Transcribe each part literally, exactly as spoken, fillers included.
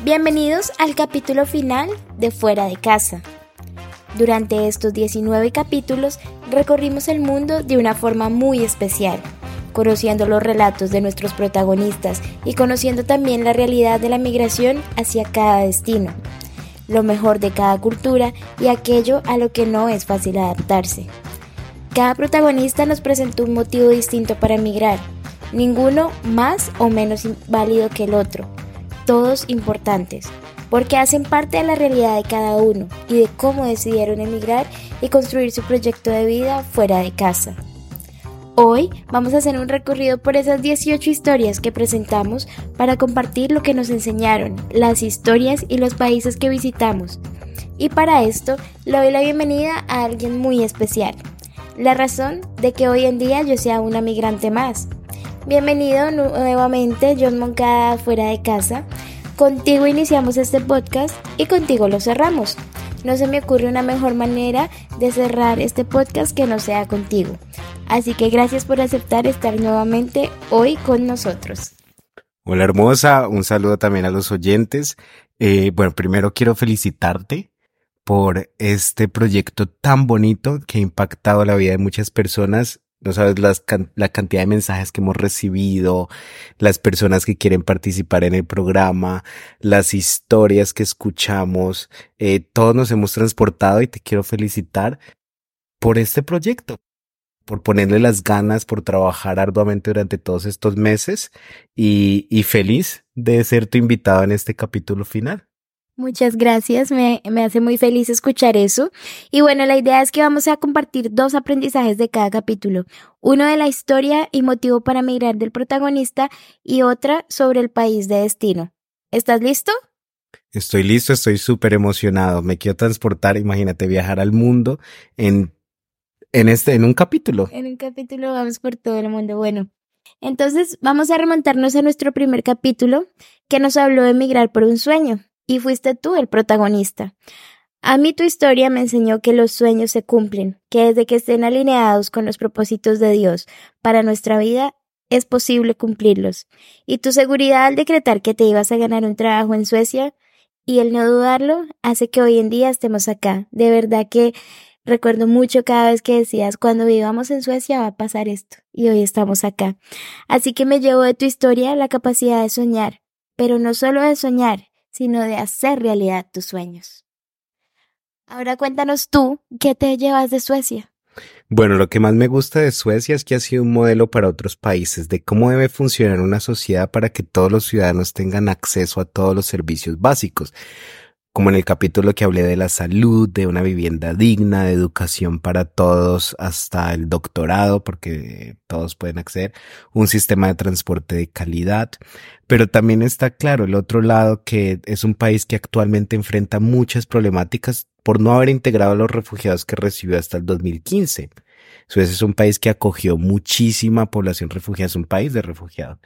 Bienvenidos al capítulo final de Fuera de Casa. Durante estos diecinueve capítulos recorrimos el mundo de una forma muy especial, conociendo los relatos de nuestros protagonistas y conociendo también la realidad de la migración hacia cada destino, lo mejor de cada cultura y aquello a lo que no es fácil adaptarse. Cada protagonista nos presentó un motivo distinto para emigrar, ninguno más o menos válido que el otro, todos importantes, porque hacen parte de la realidad de cada uno y de cómo decidieron emigrar y construir su proyecto de vida fuera de casa. Hoy vamos a hacer un recorrido por esas dieciocho historias que presentamos para compartir lo que nos enseñaron, las historias y los países que visitamos. Y para esto le doy la bienvenida a alguien muy especial, la razón de que hoy en día yo sea una migrante más. Bienvenido nuevamente, John Moncada, Fuera de Casa. Contigo iniciamos este podcast y contigo lo cerramos. No se me ocurre una mejor manera de cerrar este podcast que no sea contigo. Así que gracias por aceptar estar nuevamente hoy con nosotros. Hola hermosa, un saludo también a los oyentes. Eh, bueno, primero quiero felicitarte por este proyecto tan bonito que ha impactado la vida de muchas personas. No sabes las can- la cantidad de mensajes que hemos recibido, las personas que quieren participar en el programa, las historias que escuchamos, eh, todos nos hemos transportado y te quiero felicitar por este proyecto, por ponerle las ganas, por trabajar arduamente durante todos estos meses y, y feliz de ser tu invitado en este capítulo final. Muchas gracias, me, me hace muy feliz escuchar eso. Y bueno, la idea es que vamos a compartir dos aprendizajes de cada capítulo. Uno de la historia y motivo para migrar del protagonista y otra sobre el país de destino. ¿Estás listo? Estoy listo, estoy súper emocionado. Me quiero transportar, imagínate, viajar al mundo en, en, este, en un capítulo. En un capítulo vamos por todo el mundo. Bueno, entonces vamos a remontarnos a nuestro primer capítulo que nos habló de migrar por un sueño. Y fuiste tú el protagonista. A mí tu historia me enseñó que los sueños se cumplen, que desde que estén alineados con los propósitos de Dios para nuestra vida, es posible cumplirlos. Y tu seguridad al decretar que te ibas a ganar un trabajo en Suecia y el no dudarlo hace que hoy en día estemos acá. De verdad que recuerdo mucho cada vez que decías, cuando vivamos en Suecia va a pasar esto, y hoy estamos acá. Así que me llevo de tu historia la capacidad de soñar, pero no solo de soñar, sino de hacer realidad tus sueños. Ahora cuéntanos tú, ¿qué te llevas de Suecia? Bueno, lo que más me gusta de Suecia es que ha sido un modelo para otros países de cómo debe funcionar una sociedad para que todos los ciudadanos tengan acceso a todos los servicios básicos, como en el capítulo que hablé de la salud, de una vivienda digna, de educación para todos hasta el doctorado, porque todos pueden acceder, un sistema de transporte de calidad. Pero también está claro el otro lado, que es un país que actualmente enfrenta muchas problemáticas por no haber integrado a los refugiados que recibió hasta el dos mil quince. Suecia es un país que acogió muchísima población refugiada, es un país de refugiados.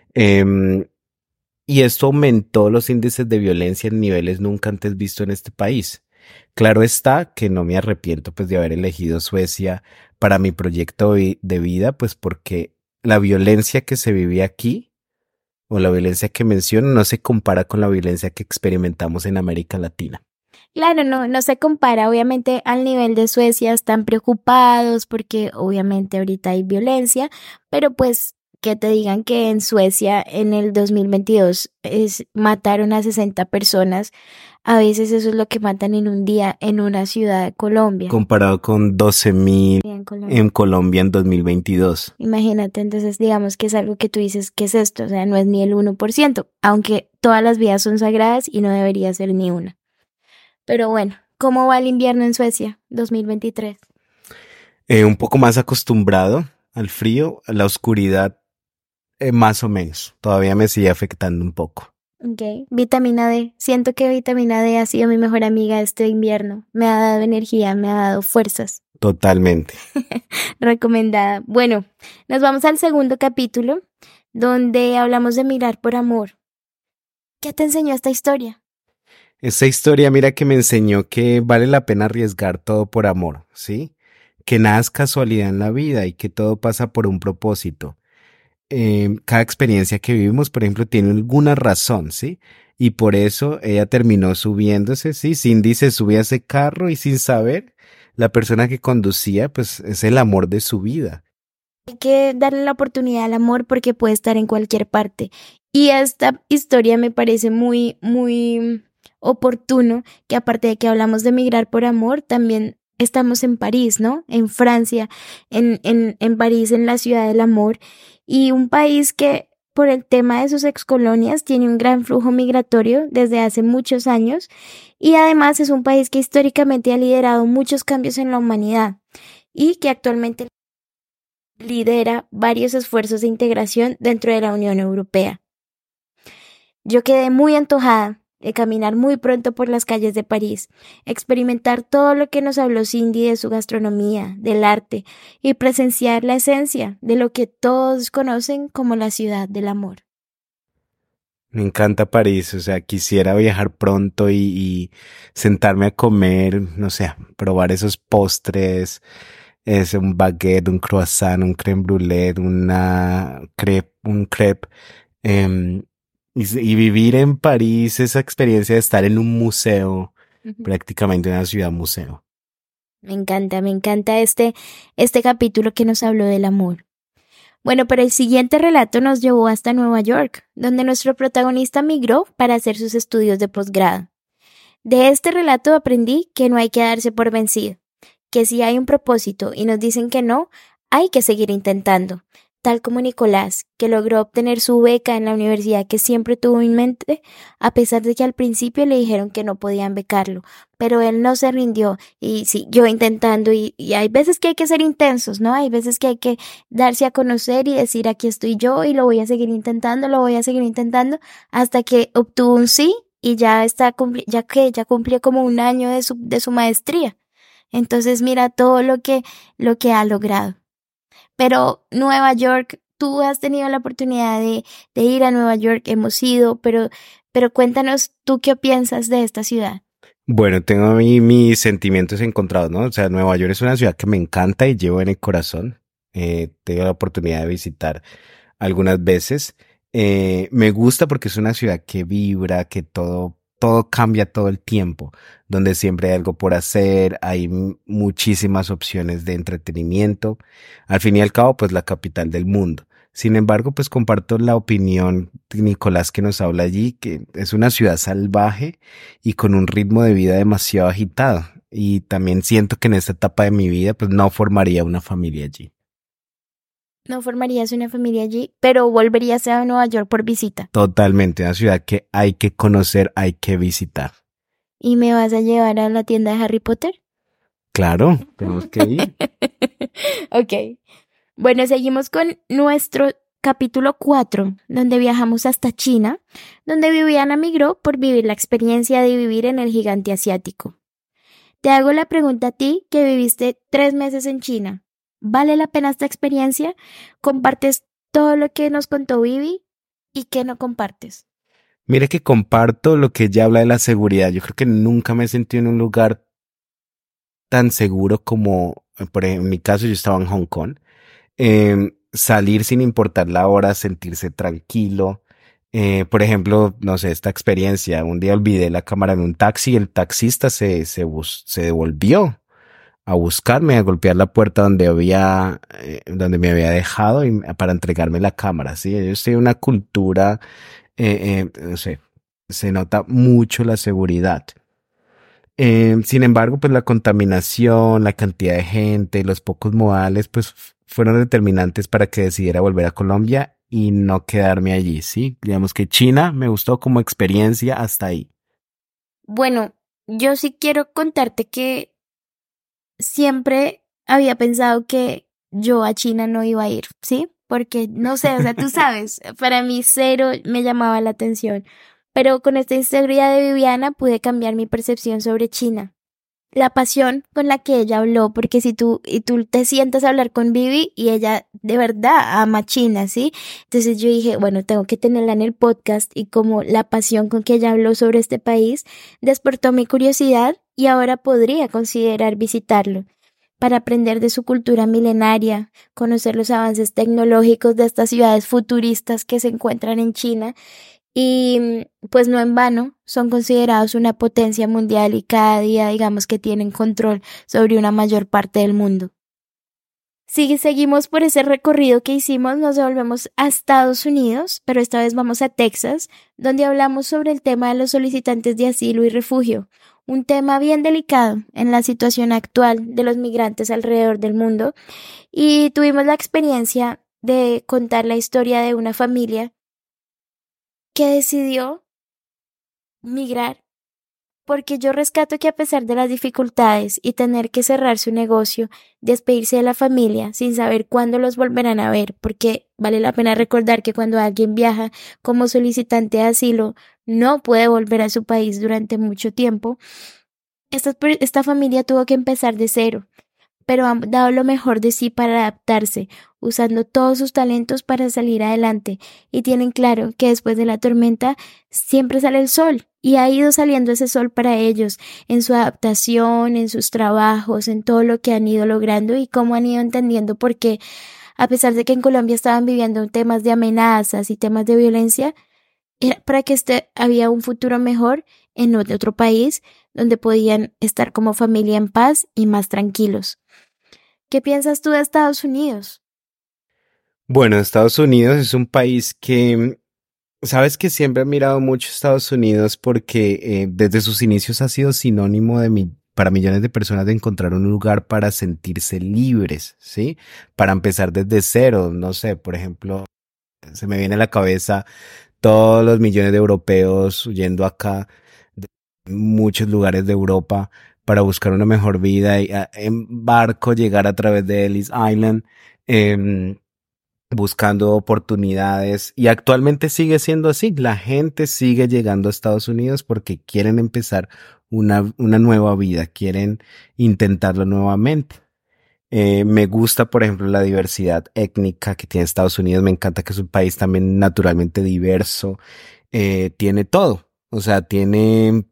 Eh, Y esto aumentó los índices de violencia en niveles nunca antes vistos en este país. Claro está que no me arrepiento pues de haber elegido Suecia para mi proyecto de vida, pues porque la violencia que se vive aquí, o la violencia que menciono, no se compara con la violencia que experimentamos en América Latina. Claro, no, no se compara, obviamente al nivel de Suecia están preocupados porque obviamente ahorita hay violencia, pero pues que te digan que en Suecia en el dos mil veintidós es, mataron a sesenta personas, a veces eso es lo que matan en un día en una ciudad de Colombia. Comparado con doce mil en Colombia. en Colombia en dos mil veintidós. Imagínate, entonces digamos que es algo que tú dices, ¿qué es esto? O sea, no es ni el uno por ciento, aunque todas las vidas son sagradas y no debería ser ni una. Pero bueno, ¿cómo va el invierno en Suecia dos mil veintitrés? Eh, un poco más acostumbrado al frío, a la oscuridad. Eh, más o menos, todavía me sigue afectando un poco. Ok, vitamina D. Siento que vitamina D ha sido mi mejor amiga este invierno. Me ha dado energía, me ha dado fuerzas. Totalmente. Recomendada. Bueno, nos vamos al segundo capítulo, donde hablamos de mirar por amor. ¿Qué te enseñó esta historia? Esta historia, mira que me enseñó que vale la pena arriesgar todo por amor, ¿sí? Que nada es casualidad en la vida y que todo pasa por un propósito. eh, cada experiencia que vivimos, por ejemplo, tiene alguna razón, ¿sí? Y por eso ella terminó subiéndose, ¿sí? Cindy se subía a ese carro y sin saber, la persona que conducía, pues es el amor de su vida. Hay que darle la oportunidad al amor porque puede estar en cualquier parte. Y esta historia me parece muy, muy oportuno que aparte de que hablamos de migrar por amor, también estamos en París, ¿no? En Francia, en, en, en París, en la ciudad del amor. Y un país que por el tema de sus excolonias tiene un gran flujo migratorio desde hace muchos años y además es un país que históricamente ha liderado muchos cambios en la humanidad y que actualmente lidera varios esfuerzos de integración dentro de la Unión Europea. Yo quedé muy antojada de caminar muy pronto por las calles de París, experimentar todo lo que nos habló Cindy de su gastronomía, del arte y presenciar la esencia de lo que todos conocen como la ciudad del amor. Me encanta París, o sea, quisiera viajar pronto y, y sentarme a comer, no sé, probar esos postres, es un baguette, un croissant, un crème brûlée, una crepe, un crepe, eh, y, y vivir en París esa experiencia de estar en un museo, uh-huh. prácticamente una ciudad museo. Me encanta, me encanta este, este capítulo que nos habló del amor. Bueno, pero el siguiente relato nos llevó hasta Nueva York, donde nuestro protagonista migró para hacer sus estudios de posgrado. De este relato aprendí que no hay que darse por vencido, que si hay un propósito y nos dicen que no, hay que seguir intentando, tal como Nicolás, que logró obtener su beca en la universidad que siempre tuvo en mente, a pesar de que al principio le dijeron que no podían becarlo, pero él no se rindió y siguió intentando y, y hay veces que hay que ser intensos, ¿no? Hay veces que hay que darse a conocer y decir aquí estoy yo y lo voy a seguir intentando, lo voy a seguir intentando hasta que obtuvo un sí y ya está cumpli- ya que ya cumplió como un año de su, de su maestría. Entonces mira todo lo que, lo que ha logrado. Pero Nueva York, tú has tenido la oportunidad de, de ir a Nueva York, hemos ido, pero, pero cuéntanos tú qué piensas de esta ciudad. Bueno, tengo mi, mis sentimientos encontrados, ¿no? O sea, Nueva York es una ciudad que me encanta y llevo en el corazón. Eh, tengo la oportunidad de visitar algunas veces. Eh, me gusta porque es una ciudad que vibra, que todo, todo cambia todo el tiempo, donde siempre hay algo por hacer, hay m- muchísimas opciones de entretenimiento. Al fin y al cabo, pues la capital del mundo. Sin embargo, pues comparto la opinión de Nicolás que nos habla allí, que es una ciudad salvaje y con un ritmo de vida demasiado agitado. Y también siento que en esta etapa de mi vida, pues no formaría una familia allí. No formarías una familia allí, pero volverías a Nueva York por visita. Totalmente, una ciudad que hay que conocer, hay que visitar. ¿Y me vas a llevar a la tienda de Harry Potter? Claro, tenemos que ir. Ok. Bueno, seguimos con nuestro capítulo cuatro, donde viajamos hasta China, donde Viviana migró por vivir la experiencia de vivir en el gigante asiático. Te hago la pregunta a ti que viviste tres meses en China. ¿Vale la pena esta experiencia? ¿Compartes todo lo que nos contó Vivi y qué no compartes? Mire que comparto lo que ella habla de la seguridad. Yo creo que nunca me he sentido en un lugar tan seguro como, por ejemplo, en mi caso, yo estaba en Hong Kong. Eh, salir sin importar la hora, sentirse tranquilo. Eh, por ejemplo, no sé, esta experiencia, un día olvidé la cámara en un taxi y el taxista se, se, bus- se devolvió a buscarme, a golpear la puerta donde había, eh, donde me había dejado y, para entregarme la cámara, ¿sí? Ellos tienen una cultura, eh, eh, no sé, se nota mucho la seguridad. Eh, sin embargo, pues la contaminación, la cantidad de gente, los pocos modales, pues f- fueron determinantes para que decidiera volver a Colombia y no quedarme allí, ¿sí? Digamos que China me gustó como experiencia hasta ahí. Bueno, yo sí quiero contarte que siempre había pensado que yo a China no iba a ir, ¿sí? Porque, no sé, o sea, tú sabes, para mí cero me llamaba la atención. Pero con esta historia de Viviana pude cambiar mi percepción sobre China. La pasión con la que ella habló, porque si tú, y tú te sientas a hablar con Vivi y ella de verdad ama China, ¿sí? Entonces yo dije, bueno, tengo que tenerla en el podcast y como la pasión con que ella habló sobre este país despertó mi curiosidad y ahora podría considerar visitarlo. para aprender de su cultura milenaria, conocer los avances tecnológicos de estas ciudades futuristas que se encuentran en China y pues no en vano son considerados una potencia mundial y cada día digamos que tienen control sobre una mayor parte del mundo. Si seguimos por ese recorrido que hicimos, nos devolvemos a Estados Unidos, pero esta vez vamos a Texas, donde hablamos sobre el tema de los solicitantes de asilo y refugio, un tema bien delicado en la situación actual de los migrantes alrededor del mundo, y tuvimos la experiencia de contar la historia de una familia que decidió migrar. Porque yo rescato que a pesar de las dificultades y tener que cerrar su negocio, despedirse de la familia sin saber cuándo los volverán a ver, porque vale la pena recordar que cuando alguien viaja como solicitante de asilo no puede volver a su país durante mucho tiempo, esta, esta familia tuvo que empezar de cero, pero han dado lo mejor de sí para adaptarse, usando todos sus talentos para salir adelante, y tienen claro que después de la tormenta siempre sale el sol, y ha ido saliendo ese sol para ellos, en su adaptación, en sus trabajos, en todo lo que han ido logrando y cómo han ido entendiendo por qué, a pesar de que en Colombia estaban viviendo temas de amenazas y temas de violencia, era para que este había un futuro mejor en otro país donde podían estar como familia en paz y más tranquilos. ¿Qué piensas tú de Estados Unidos? Bueno, Estados Unidos es un país que, sabes que siempre he admirado mucho Estados Unidos porque eh, desde sus inicios ha sido sinónimo de mi, para millones de personas de encontrar un lugar para sentirse libres, ¿sí? Para empezar desde cero, no sé, por ejemplo, se me viene a la cabeza todos los millones de europeos huyendo acá de muchos lugares de Europa para buscar una mejor vida y a, en barco llegar a través de Ellis Island, eh, buscando oportunidades, y actualmente sigue siendo así. La gente sigue llegando a Estados Unidos porque quieren empezar una, una nueva vida, quieren intentarlo nuevamente. Eh, me gusta, por ejemplo, la diversidad étnica que tiene Estados Unidos. Me encanta que es un país también naturalmente diverso. Eh, tiene todo. O sea, tiene,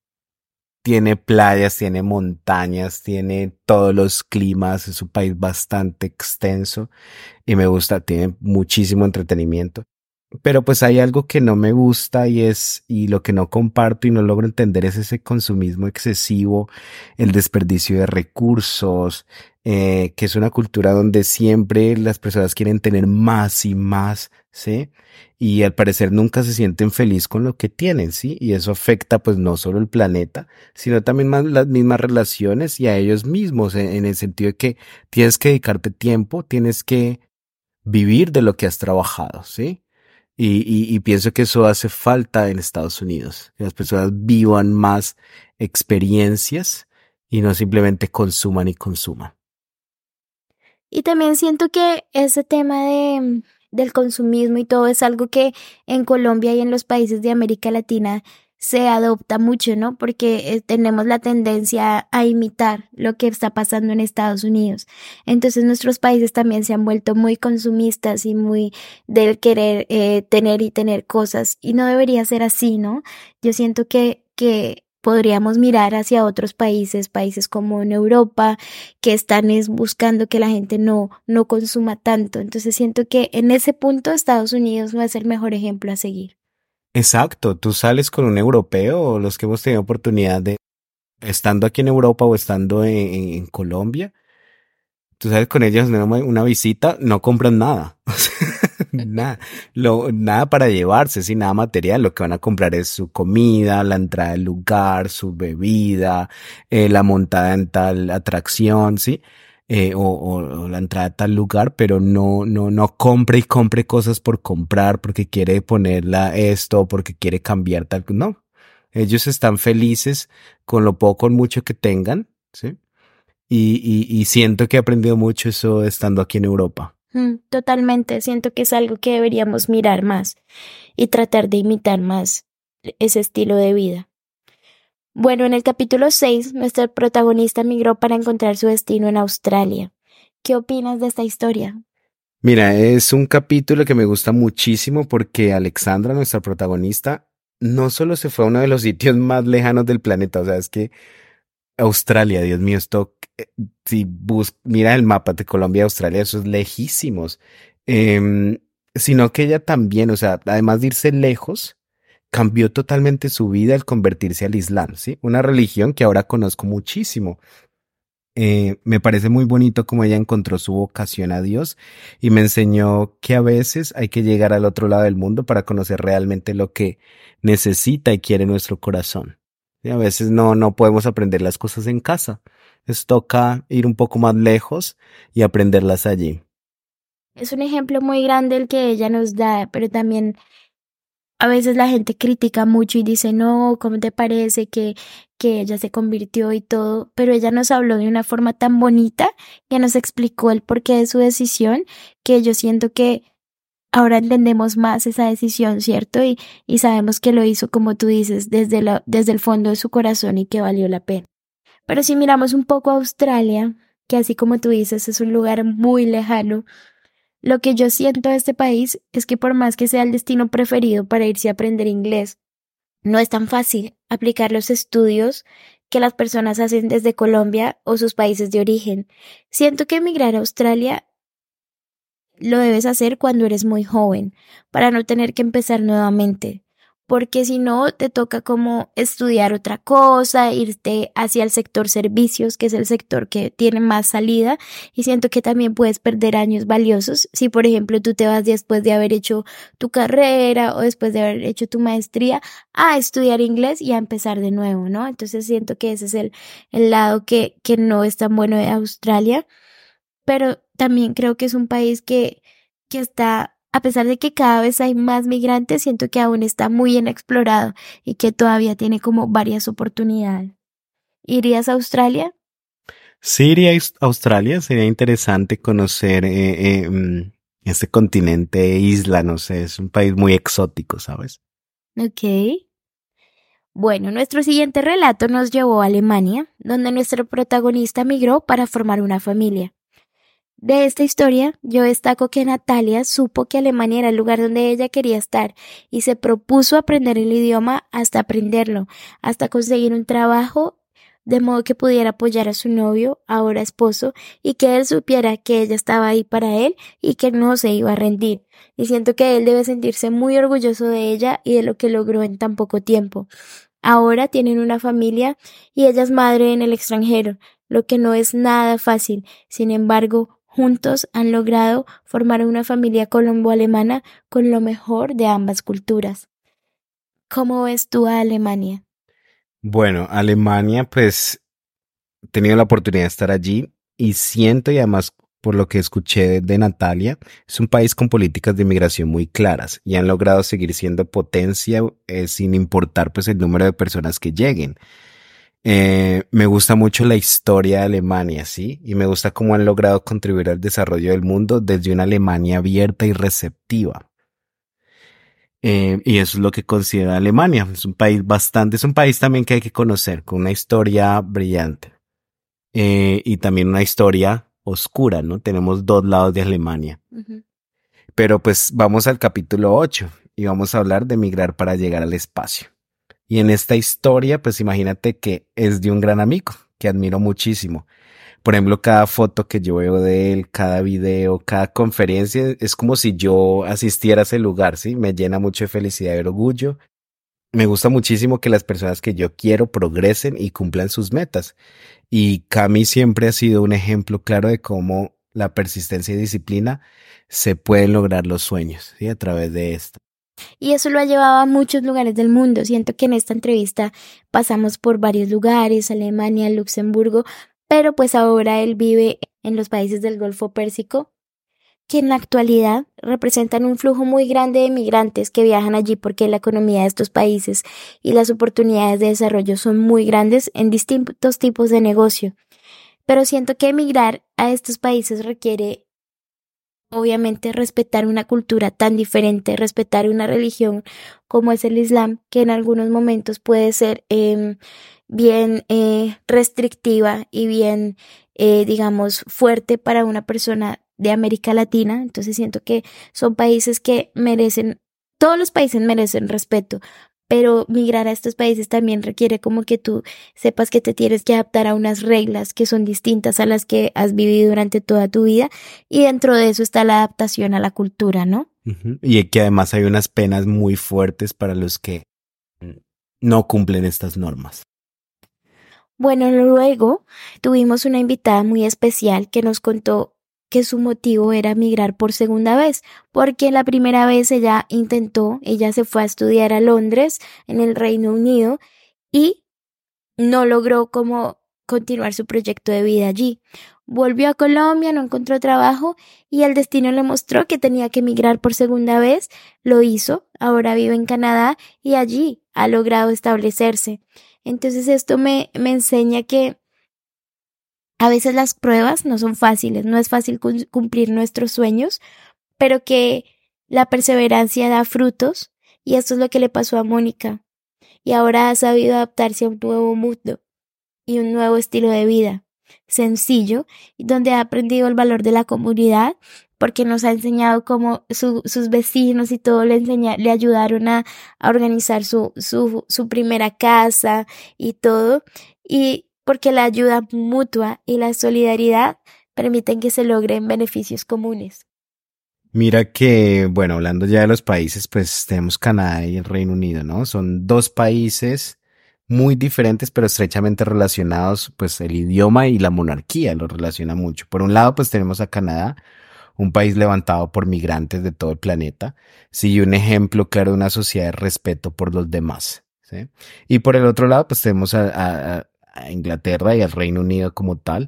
tiene playas, tiene montañas, tiene todos los climas. Es un país bastante extenso y me gusta. Tiene muchísimo entretenimiento. Pero pues hay algo que no me gusta y es, y lo que no comparto y no logro entender es ese consumismo excesivo, el desperdicio de recursos, eh, que es una cultura donde siempre las personas quieren tener más y más, ¿sí? Y al parecer nunca se sienten feliz con lo que tienen, ¿sí? Y eso afecta pues no solo el planeta, sino también más las mismas relaciones y a ellos mismos, en, en el sentido de que tienes que dedicarte tiempo, tienes que vivir de lo que has trabajado, ¿sí? Y, y, y pienso que eso hace falta en Estados Unidos, que las personas vivan más experiencias y no simplemente consuman y consuman. Y también siento que ese tema de, del consumismo y todo es algo que en Colombia y en los países de América Latina se adopta mucho, ¿no? Porque eh, tenemos la tendencia a imitar lo que está pasando en Estados Unidos. Entonces nuestros países también se han vuelto muy consumistas y muy del querer eh, tener y tener cosas. Y no debería ser así, ¿no? Yo siento que, que podríamos mirar hacia otros países, países como en Europa, que están es buscando que la gente no, no consuma tanto. Entonces siento que en ese punto Estados Unidos va a ser el mejor ejemplo a seguir. Exacto, tú sales con un europeo o los que hemos tenido oportunidad de, estando aquí en Europa o estando en, en, en Colombia, tú sales con ellos en una, una visita, no compran nada, nada, lo, nada para llevarse, sin nada material. Lo que van a comprar es su comida, la entrada del lugar, su bebida, eh, la montada en tal atracción, ¿sí? Eh, o, o, o la entrada a tal lugar, pero no, no, no compre y compre cosas por comprar porque quiere ponerla esto, porque quiere cambiar tal, no. Ellos están felices con lo poco, con mucho que tengan, ¿sí? Y, y, y siento que he aprendido mucho eso estando aquí en Europa. Mm, totalmente, siento que es algo que deberíamos mirar más y tratar de imitar más ese estilo de vida. Bueno, en el capítulo seis, nuestro protagonista migró para encontrar su destino en Australia. ¿Qué opinas de esta historia? Mira, es un capítulo que me gusta muchísimo porque Alexandra, nuestra protagonista, no solo se fue a uno de los sitios más lejanos del planeta, o sea, es que Australia, Dios mío, esto, eh, si bus, mira el mapa de Colombia a Australia, eso es lejísimos. Em, Sino que ella también, o sea, además de irse lejos, cambió totalmente su vida al convertirse al Islam, ¿sí? Una religión que ahora conozco muchísimo. Eh, me parece muy bonito cómo ella encontró su vocación a Dios y me enseñó que a veces hay que llegar al otro lado del mundo para conocer realmente lo que necesita y quiere nuestro corazón. Y a veces no, no podemos aprender las cosas en casa. Les toca ir un poco más lejos y aprenderlas allí. Es un ejemplo muy grande el que ella nos da, pero también a veces la gente critica mucho y dice, no, ¿cómo te parece que, que ella se convirtió y todo? Pero ella nos habló de una forma tan bonita que nos explicó el porqué de su decisión, que yo siento que ahora entendemos más esa decisión, ¿cierto? Y, y sabemos que lo hizo, como tú dices, desde, la, desde el fondo de su corazón y que valió la pena. Pero si miramos un poco a Australia, que así como tú dices, es un lugar muy lejano, lo que yo siento de este país es que por más que sea el destino preferido para irse a aprender inglés, no es tan fácil aplicar los estudios que las personas hacen desde Colombia o sus países de origen. Siento que emigrar a Australia lo debes hacer cuando eres muy joven, para no tener que empezar nuevamente. Porque si no, te toca como estudiar otra cosa, irte hacia el sector servicios, que es el sector que tiene más salida, y siento que también puedes perder años valiosos si, por ejemplo, tú te vas después de haber hecho tu carrera o después de haber hecho tu maestría a estudiar inglés y a empezar de nuevo, ¿no? Entonces siento que ese es el, el lado que, que no es tan bueno de Australia, pero también creo que es un país que, que está, a pesar de que cada vez hay más migrantes, siento que aún está muy inexplorado y que todavía tiene como varias oportunidades. ¿Irías a Australia? Sí, iría a Aus- Australia, sería interesante conocer eh, eh, mm, este continente, isla, no sé, es un país muy exótico, ¿sabes? Ok. Bueno, nuestro siguiente relato nos llevó a Alemania, donde nuestro protagonista migró para formar una familia. De esta historia, yo destaco que Natalia supo que Alemania era el lugar donde ella quería estar y se propuso aprender el idioma hasta aprenderlo, hasta conseguir un trabajo de modo que pudiera apoyar a su novio, ahora esposo, y que él supiera que ella estaba ahí para él y que no se iba a rendir. Y siento que él debe sentirse muy orgulloso de ella y de lo que logró en tan poco tiempo. Ahora tienen una familia y ella es madre en el extranjero, lo que no es nada fácil. Sin embargo, juntos han logrado formar una familia colombo-alemana con lo mejor de ambas culturas. ¿Cómo ves tú a Alemania? Bueno, Alemania, pues he tenido la oportunidad de estar allí y siento, y además por lo que escuché de, de Natalia, es un país con políticas de inmigración muy claras y han logrado seguir siendo potencia eh, sin importar pues el número de personas que lleguen. Eh, me gusta mucho la historia de Alemania, ¿sí? Y me gusta cómo han logrado contribuir al desarrollo del mundo desde una Alemania abierta y receptiva. Eh, y eso es lo que considera Alemania. Es un país bastante, es un país también que hay que conocer, con una historia brillante. Eh, y también una historia oscura, ¿no? Tenemos dos lados de Alemania. Uh-huh. Pero pues vamos al capítulo ocho y vamos a hablar de migrar para llegar al espacio. Y en esta historia, pues imagínate que es de un gran amigo que admiro muchísimo. Por ejemplo, cada foto que yo veo de él, cada video, cada conferencia, es como si yo asistiera a ese lugar, ¿sí? Me llena mucho de felicidad y orgullo. Me gusta muchísimo que las personas que yo quiero progresen y cumplan sus metas. Y Cami siempre ha sido un ejemplo claro de cómo la persistencia y disciplina se pueden lograr los sueños, ¿sí? A través de esto. Y eso lo ha llevado a muchos lugares del mundo. Siento que en esta entrevista pasamos por varios lugares, Alemania, Luxemburgo, pero pues ahora él vive en los países del Golfo Pérsico, que en la actualidad representan un flujo muy grande de migrantes que viajan allí porque la economía de estos países y las oportunidades de desarrollo son muy grandes en distintos tipos de negocio. Pero siento que emigrar a estos países requiere, obviamente, respetar una cultura tan diferente, respetar una religión como es el Islam, que en algunos momentos puede ser eh, bien eh, restrictiva y bien, eh, digamos, fuerte para una persona de América Latina. Entonces siento que son países que merecen, todos los países merecen respeto, pero migrar a estos países también requiere como que tú sepas que te tienes que adaptar a unas reglas que son distintas a las que has vivido durante toda tu vida, y dentro de eso está la adaptación a la cultura, ¿no? Uh-huh. Y que además hay unas penas muy fuertes para los que no cumplen estas normas. Bueno, luego tuvimos una invitada muy especial que nos contó que su motivo era migrar por segunda vez, porque la primera vez ella intentó, ella se fue a estudiar a Londres, en el Reino Unido, y no logró como continuar su proyecto de vida allí. Volvió a Colombia, no encontró trabajo y el destino le mostró que tenía que migrar por segunda vez. Lo hizo, ahora vive en Canadá y allí ha logrado establecerse. Entonces esto me, me enseña que a veces las pruebas no son fáciles, no es fácil cumplir nuestros sueños, pero que la perseverancia da frutos, y esto es lo que le pasó a Mónica. Y ahora ha sabido adaptarse a un nuevo mundo y un nuevo estilo de vida, sencillo, donde ha aprendido el valor de la comunidad, porque nos ha enseñado cómo su, sus vecinos y todo le, enseña, le ayudaron a, a organizar su, su, su primera casa y todo, y porque la ayuda mutua y la solidaridad permiten que se logren beneficios comunes. Mira que, bueno, hablando ya de los países, pues tenemos Canadá y el Reino Unido, ¿no? Son dos países muy diferentes, pero estrechamente relacionados, pues el idioma y la monarquía los relaciona mucho. Por un lado, pues tenemos a Canadá, un país levantado por migrantes de todo el planeta, sí, y un ejemplo claro de una sociedad de respeto por los demás, ¿sí? Y por el otro lado, pues tenemos a, a, a Inglaterra y al Reino Unido como tal.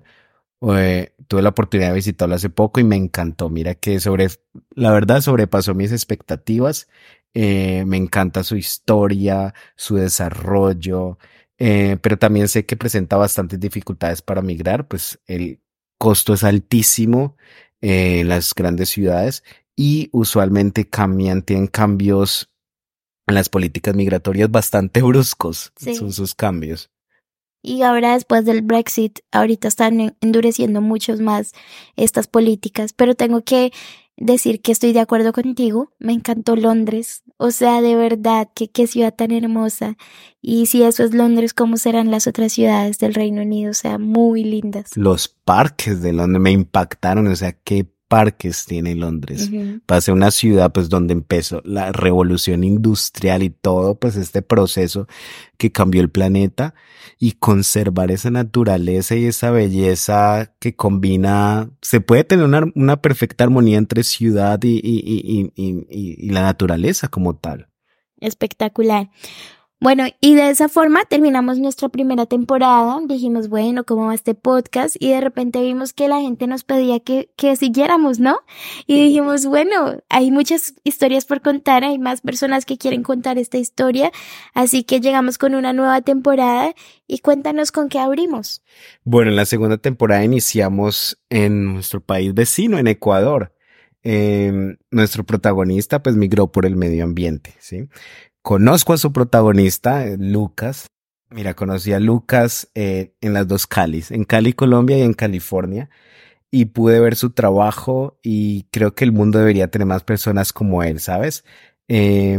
Eh, tuve la oportunidad de visitarlo hace poco y me encantó. Mira que sobre, la verdad sobrepasó mis expectativas. Eh, me encanta su historia, su desarrollo, eh, pero también sé que presenta bastantes dificultades para migrar, pues el costo es altísimo eh, en las grandes ciudades y usualmente cambian, tienen cambios en las políticas migratorias bastante bruscos, Sí. Son sus cambios. Y ahora después del Brexit, ahorita están endureciendo mucho más estas políticas, pero tengo que decir que estoy de acuerdo contigo. Me encantó Londres, o sea, de verdad, que qué ciudad tan hermosa. Y si eso es Londres, ¿cómo serán las otras ciudades del Reino Unido? O sea, muy lindas. Los parques de Londres me impactaron, o sea, qué parques tiene Londres. Uh-huh. Para ser una ciudad, pues, donde empezó la revolución industrial y todo, pues, este proceso que cambió el planeta, y conservar esa naturaleza y esa belleza que combina, se puede tener una, una perfecta armonía entre ciudad y, y, y, y, y, y la naturaleza como tal. Espectacular. Bueno, y de esa forma terminamos nuestra primera temporada. Dijimos, bueno, ¿cómo va este podcast? Y de repente vimos que la gente nos pedía que, que siguiéramos, ¿no? Y dijimos, bueno, hay muchas historias por contar, hay más personas que quieren contar esta historia, así que llegamos con una nueva temporada. Y cuéntanos con qué abrimos. Bueno, en la segunda temporada iniciamos en nuestro país vecino, en Ecuador. Eh, nuestro protagonista pues migró por el medio ambiente, ¿sí? Conozco a su protagonista, Lucas. Mira, conocí a Lucas eh, en las dos Calis, en Cali, Colombia y en California, y pude ver su trabajo y creo que el mundo debería tener más personas como él, ¿sabes? Eh,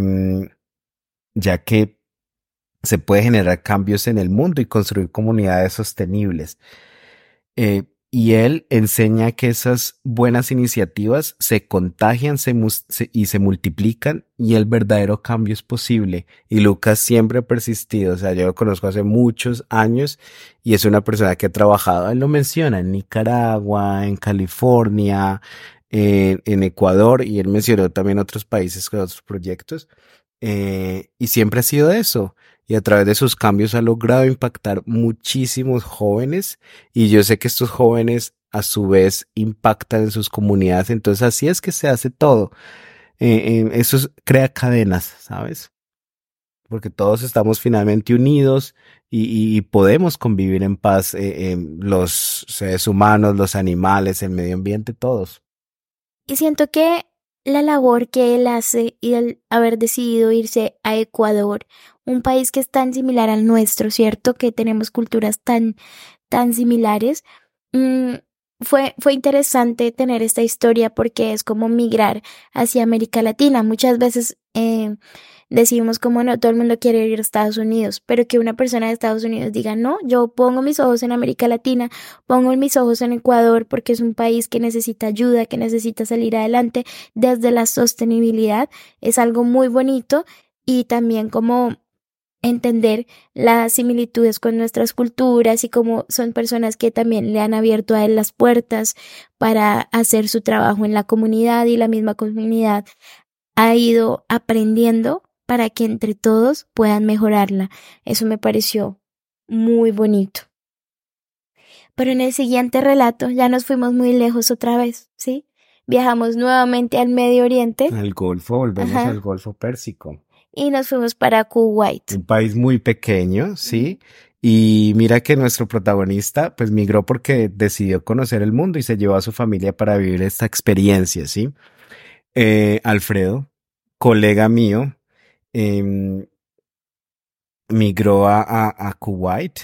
ya que se puede generar cambios en el mundo y construir comunidades sostenibles. Eh, y él enseña que esas buenas iniciativas se contagian se se, y se multiplican y el verdadero cambio es posible. Y Lucas siempre ha persistido, o sea, yo lo conozco hace muchos años y es una persona que ha trabajado, él lo menciona, en Nicaragua, en California, eh, en Ecuador, y él mencionó también otros países con otros proyectos, eh, y siempre ha sido eso. Y a través de sus cambios ha logrado impactar muchísimos jóvenes y yo sé que estos jóvenes a su vez impactan en sus comunidades, entonces así es que se hace todo. Eh, eh, eso es, crea cadenas, ¿sabes? Porque todos estamos finalmente unidos y, y podemos convivir en paz, eh, eh, los seres humanos, los animales, el medio ambiente, todos. Y siento que la labor que él hace y el haber decidido irse a Ecuador, un país que es tan similar al nuestro, ¿cierto? Que tenemos culturas tan, tan similares, mmm, fue, fue interesante tener esta historia porque es como migrar hacia América Latina. Muchas veces eh, decimos como no, todo el mundo quiere ir a Estados Unidos, pero que una persona de Estados Unidos diga no, yo pongo mis ojos en América Latina, pongo mis ojos en Ecuador porque es un país que necesita ayuda, que necesita salir adelante desde la sostenibilidad, es algo muy bonito y también como entender las similitudes con nuestras culturas y cómo son personas que también le han abierto a él las puertas para hacer su trabajo en la comunidad y la misma comunidad ha ido aprendiendo para que entre todos puedan mejorarla. Eso me pareció muy bonito. Pero en el siguiente relato ya nos fuimos muy lejos otra vez, ¿sí? Viajamos nuevamente al Medio Oriente. Al Golfo, volvemos Ajá. al Golfo Pérsico. Y nos fuimos para Kuwait. Un país muy pequeño, sí. Y mira que nuestro protagonista pues migró porque decidió conocer el mundo y se llevó a su familia para vivir esta experiencia, ¿sí? Eh, Alfredo, colega mío, eh, migró a, a, a Kuwait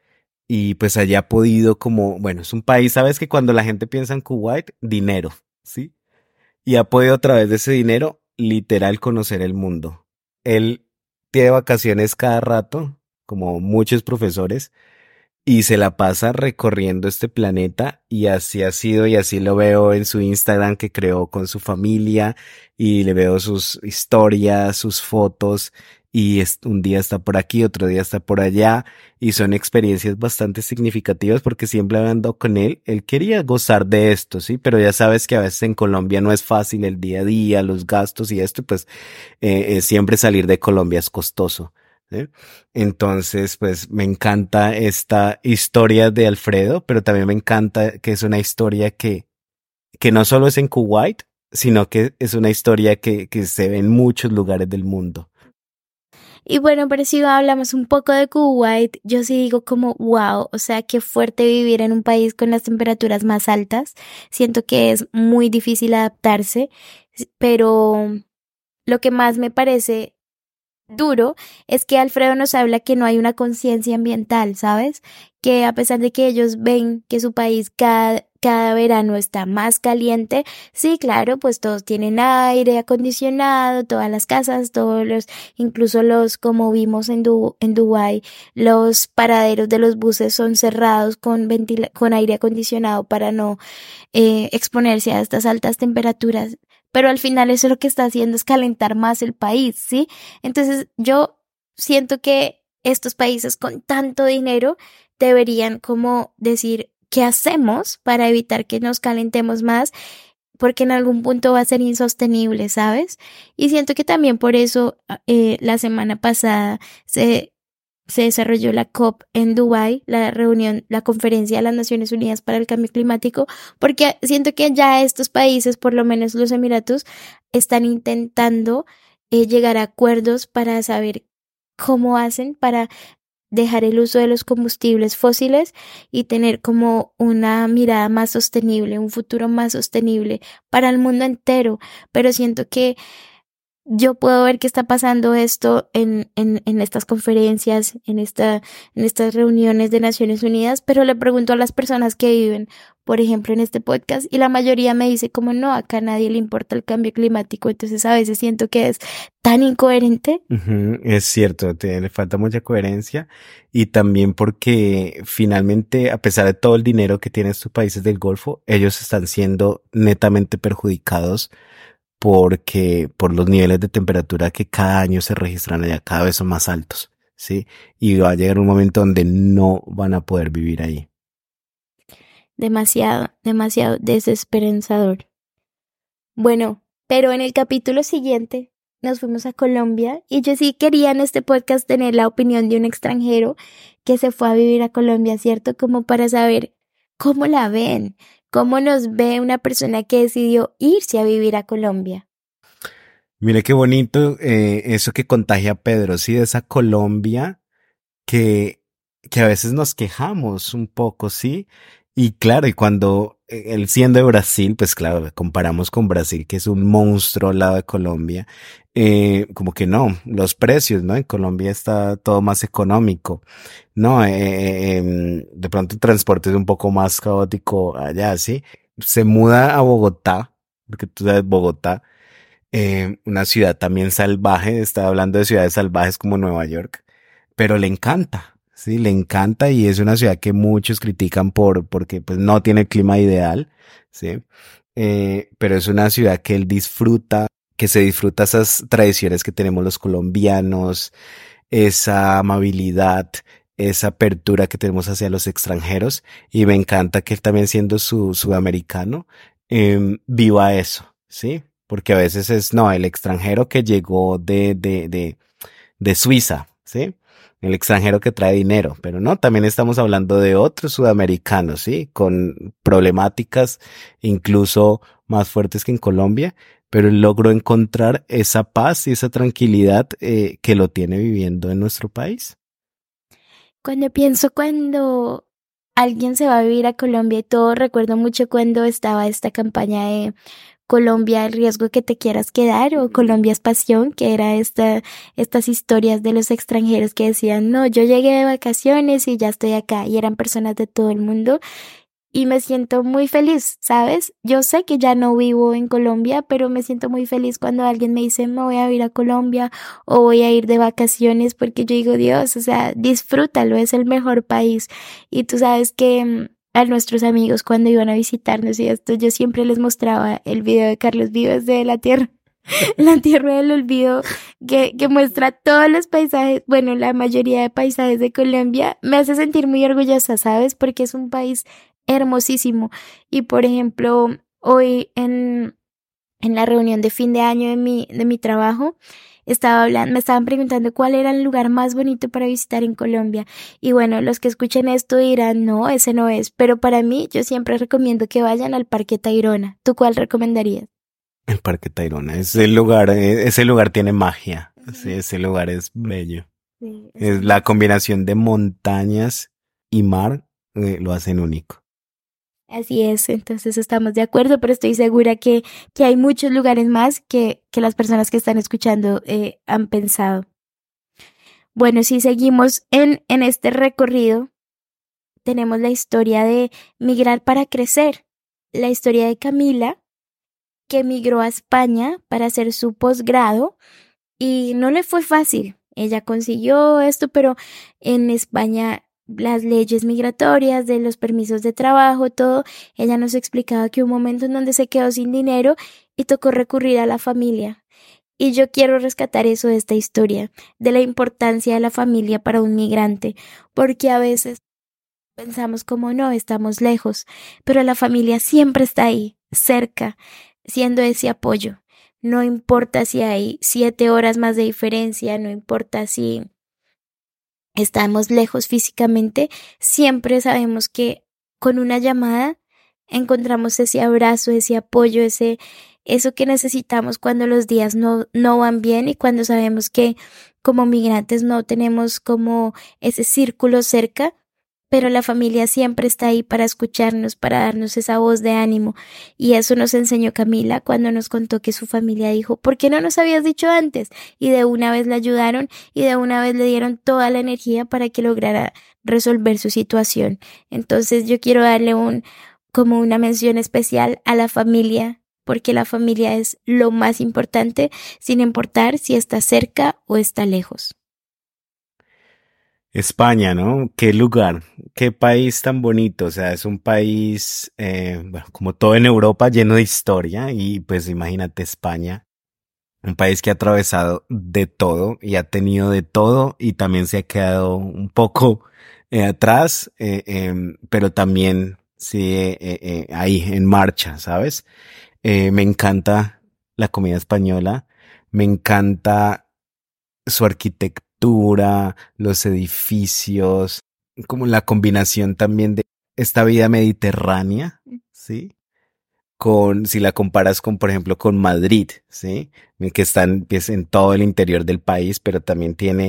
y pues allá ha podido como, bueno, es un país, sabes que cuando la gente piensa en Kuwait, dinero, ¿sí? Y ha podido a través de ese dinero literal conocer el mundo. Él tiene vacaciones cada rato, como muchos profesores, y se la pasa recorriendo este planeta y así ha sido y así lo veo en su Instagram que creó con su familia y le veo sus historias, sus fotos y es, un día está por aquí, otro día está por allá y son experiencias bastante significativas porque siempre hablando con él, él quería gozar de esto, sí, pero ya sabes que a veces en Colombia no es fácil el día a día, los gastos y esto, pues eh, eh, siempre salir de Colombia es costoso. ¿Sí? Entonces, pues me encanta esta historia de Alfredo, pero también me encanta que es una historia que, que no solo es en Kuwait, sino que es una historia que, que se ve en muchos lugares del mundo. Y bueno, pero si hablamos un poco de Kuwait, yo sí digo como wow, o sea, qué fuerte vivir en un país con las temperaturas más altas. Siento que es muy difícil adaptarse, pero lo que más me parece duro es que Alfredo nos habla que no hay una conciencia ambiental, ¿sabes? Que a pesar de que ellos ven que su país cada, cada verano está más caliente, sí, claro, pues todos tienen aire acondicionado, todas las casas, todos los, incluso los, como vimos en, du, en Dubái, los paraderos de los buses son cerrados con, ventila, con aire acondicionado para no eh, exponerse a estas altas temperaturas. Pero al final eso lo que está haciendo es calentar más el país, ¿sí? Entonces yo siento que estos países con tanto dinero deberían como decir, ¿qué hacemos para evitar que nos calentemos más? Porque en algún punto va a ser insostenible, ¿sabes? Y siento que también por eso eh, la semana pasada se... se desarrolló la COP en Dubái, la reunión, la conferencia de las Naciones Unidas para el Cambio Climático, porque siento que ya estos países, por lo menos los Emiratos, están intentando eh, llegar a acuerdos para saber cómo hacen para dejar el uso de los combustibles fósiles y tener como una mirada más sostenible, un futuro más sostenible para el mundo entero. Pero siento que yo puedo ver que está pasando esto en, en, en estas conferencias, en, esta, en estas reuniones de Naciones Unidas, pero le pregunto a las personas que viven, por ejemplo, en este podcast, y la mayoría me dice como no, acá a nadie le importa el cambio climático, entonces a veces siento que es tan incoherente. Uh-huh, es cierto, te, le falta mucha coherencia y también porque finalmente, a pesar de todo el dinero que tienen estos países del Golfo, ellos están siendo netamente perjudicados porque por los niveles de temperatura que cada año se registran allá cada vez son más altos, ¿sí? Y va a llegar un momento donde no van a poder vivir ahí. Demasiado, demasiado desesperanzador. Bueno, pero en el capítulo siguiente nos fuimos a Colombia y yo sí quería en este podcast tener la opinión de un extranjero que se fue a vivir a Colombia, ¿cierto? Como para saber cómo la ven. ¿Cómo nos ve una persona que decidió irse a vivir a Colombia? Mire qué bonito eh, eso que contagia a Pedro, sí, de esa Colombia que, que a veces nos quejamos un poco, sí, Y claro, y cuando eh, él siendo de Brasil, pues claro, comparamos con Brasil, que es un monstruo al lado de Colombia, eh, como que no, los precios, ¿no? En Colombia está todo más económico, ¿no? Eh, eh, em, de pronto el transporte es un poco más caótico allá, ¿sí? Se muda a Bogotá, porque tú sabes, Bogotá, eh, una ciudad también salvaje, estaba hablando de ciudades salvajes como Nueva York, pero le encanta, sí, le encanta y es una ciudad que muchos critican por, porque pues no tiene el clima ideal, sí, eh, pero es una ciudad que él disfruta, que se disfruta esas tradiciones que tenemos los colombianos, esa amabilidad, esa apertura que tenemos hacia los extranjeros y me encanta que él también siendo su, sudamericano, eh, viva eso, ¿sí? Porque a veces es, no, el extranjero que llegó de, de, de, de Suiza, ¿sí? El extranjero que trae dinero, pero no, también estamos hablando de otros sudamericanos, ¿sí? Con problemáticas incluso más fuertes que en Colombia, pero él logró encontrar esa paz y esa tranquilidad eh, que lo tiene viviendo en nuestro país. Cuando pienso cuando alguien se va a vivir a Colombia y todo, recuerdo mucho cuando estaba esta campaña de Colombia, el riesgo que te quieras quedar, o Colombia es pasión, que era esta, estas historias de los extranjeros que decían, no, yo llegué de vacaciones y ya estoy acá, y eran personas de todo el mundo, y me siento muy feliz, ¿sabes? Yo sé que ya no vivo en Colombia, pero me siento muy feliz cuando alguien me dice, me voy a ir a Colombia o voy a ir de vacaciones, porque yo digo, Dios, o sea, disfrútalo, es el mejor país. Y tú sabes que mm, a nuestros amigos cuando iban a visitarnos y esto, yo siempre les mostraba el video de Carlos Vives de La Tierra. La Tierra del Olvido, que, que muestra todos los paisajes, bueno, la mayoría de paisajes de Colombia, me hace sentir muy orgullosa, ¿sabes? Porque es un país hermosísimo. Y por ejemplo, hoy en, en la reunión de fin de año de mi, de mi trabajo, estaba hablando, me estaban preguntando cuál era el lugar más bonito para visitar en Colombia. Y bueno, los que escuchen esto dirán, no, ese no es. Pero para mí, yo siempre recomiendo que vayan al Parque Tayrona. ¿Tú cuál recomendarías? El Parque Tayrona, ese lugar, eh, ese lugar tiene magia, sí, ese lugar es bello. Sí, es Es la hermoso. combinación de montañas y mar, eh, lo hacen único. Así es, entonces estamos de acuerdo, pero estoy segura que, que hay muchos lugares más que, que las personas que están escuchando eh, han pensado. Bueno, si seguimos en, en este recorrido, tenemos la historia de migrar para crecer, la historia de Camila, que migró a España para hacer su posgrado y no le fue fácil. Ella consiguió esto, pero en España las leyes migratorias, de los permisos de trabajo, todo, ella nos explicaba que hubo un momento en donde se quedó sin dinero y tocó recurrir a la familia. Y yo quiero rescatar eso de esta historia, de la importancia de la familia para un migrante, porque a veces pensamos como no, estamos lejos, pero la familia siempre está ahí, cerca, siendo ese apoyo. No importa si hay siete horas más de diferencia, no importa si estamos lejos físicamente, siempre sabemos que con una llamada encontramos ese abrazo, ese apoyo, ese, eso que necesitamos cuando los días no, no van bien y cuando sabemos que como migrantes no tenemos como ese círculo cerca, pero la familia siempre está ahí para escucharnos, para darnos esa voz de ánimo. Y eso nos enseñó Camila cuando nos contó que su familia dijo, ¿por qué no nos habías dicho antes? Y de una vez la ayudaron y de una vez le dieron toda la energía para que lograra resolver su situación. Entonces yo quiero darle un, como una mención especial a la familia, porque la familia es lo más importante, sin importar si está cerca o está lejos. España, ¿no? Qué lugar, qué país tan bonito. O sea, es un país, eh, bueno, como todo en Europa, lleno de historia. Y pues imagínate España, un país que ha atravesado de todo y ha tenido de todo y también se ha quedado un poco eh, atrás, eh, em, pero también sí eh, eh, eh, ahí en marcha, ¿sabes? Eh, me encanta la comida española, me encanta su arquitectura, los edificios, como la combinación también de esta vida mediterránea, ¿sí? Con, si la comparas con, por ejemplo, con Madrid, ¿sí? Que está en, pues, en todo el interior del país, pero también tiene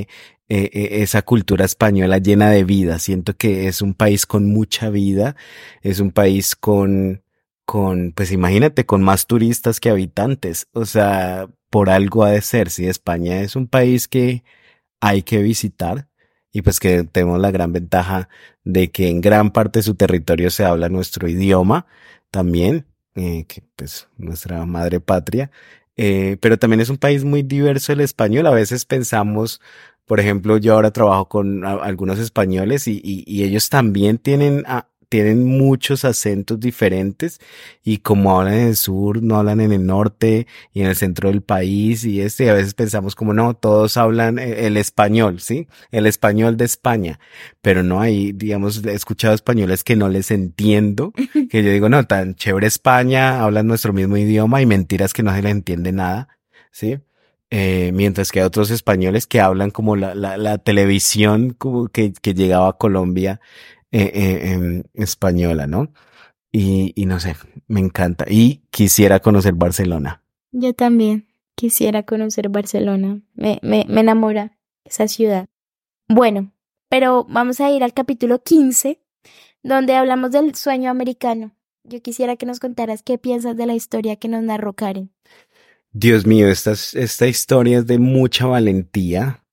eh, eh, esa cultura española llena de vida. Siento que es un país con mucha vida, es un país con, con, pues imagínate, con más turistas que habitantes. O sea, por algo ha de ser, sí, España es un país que hay que visitar y pues que tenemos la gran ventaja de que en gran parte de su territorio se habla nuestro idioma también, eh, que pues nuestra madre patria, eh, pero también es un país muy diverso el español. A veces pensamos, por ejemplo, yo ahora trabajo con a- algunos españoles y, y, y ellos también tienen, ah, tienen muchos acentos diferentes y como hablan en el sur, no hablan en el norte y en el centro del país y este, y a veces pensamos como no, todos hablan eh, el español, ¿sí? El español de España, pero no hay, digamos, he escuchado españoles que no les entiendo, que yo digo, no, tan chévere España, hablan nuestro mismo idioma y mentiras que no se les entiende nada, ¿sí? Eh, mientras que hay otros españoles que hablan como la, la, la televisión como que, que llegaba a Colombia eh, eh, em, española, ¿no? Y, y no sé, me encanta. Y quisiera conocer Barcelona. Yo también quisiera conocer Barcelona. Me, me, me enamora esa ciudad. Bueno, pero vamos a ir al capítulo quince, donde hablamos del sueño americano. Yo quisiera que nos contaras qué piensas de la historia que nos narró Karen. Dios mío, esta, es- esta historia es de mucha valentía,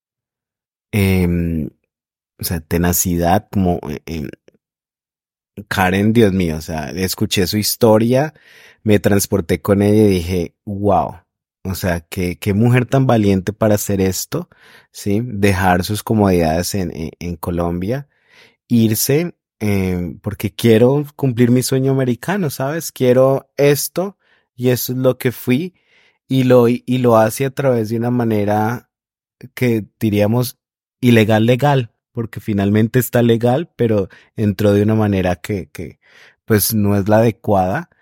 em, o sea, tenacidad, como eh, em, Karen, Dios mío, o sea, escuché su historia, me transporté con ella y dije, wow, o sea, qué, qué mujer tan valiente para hacer esto, ¿sí? Dejar sus comodidades en, en, en Colombia, irse, eh, porque quiero cumplir mi sueño americano, ¿sabes? Quiero esto y eso es lo que fui y lo, y lo hace a través de una manera que diríamos ilegal legal, porque finalmente está legal, pero entró de una manera que, que pues no es la adecuada,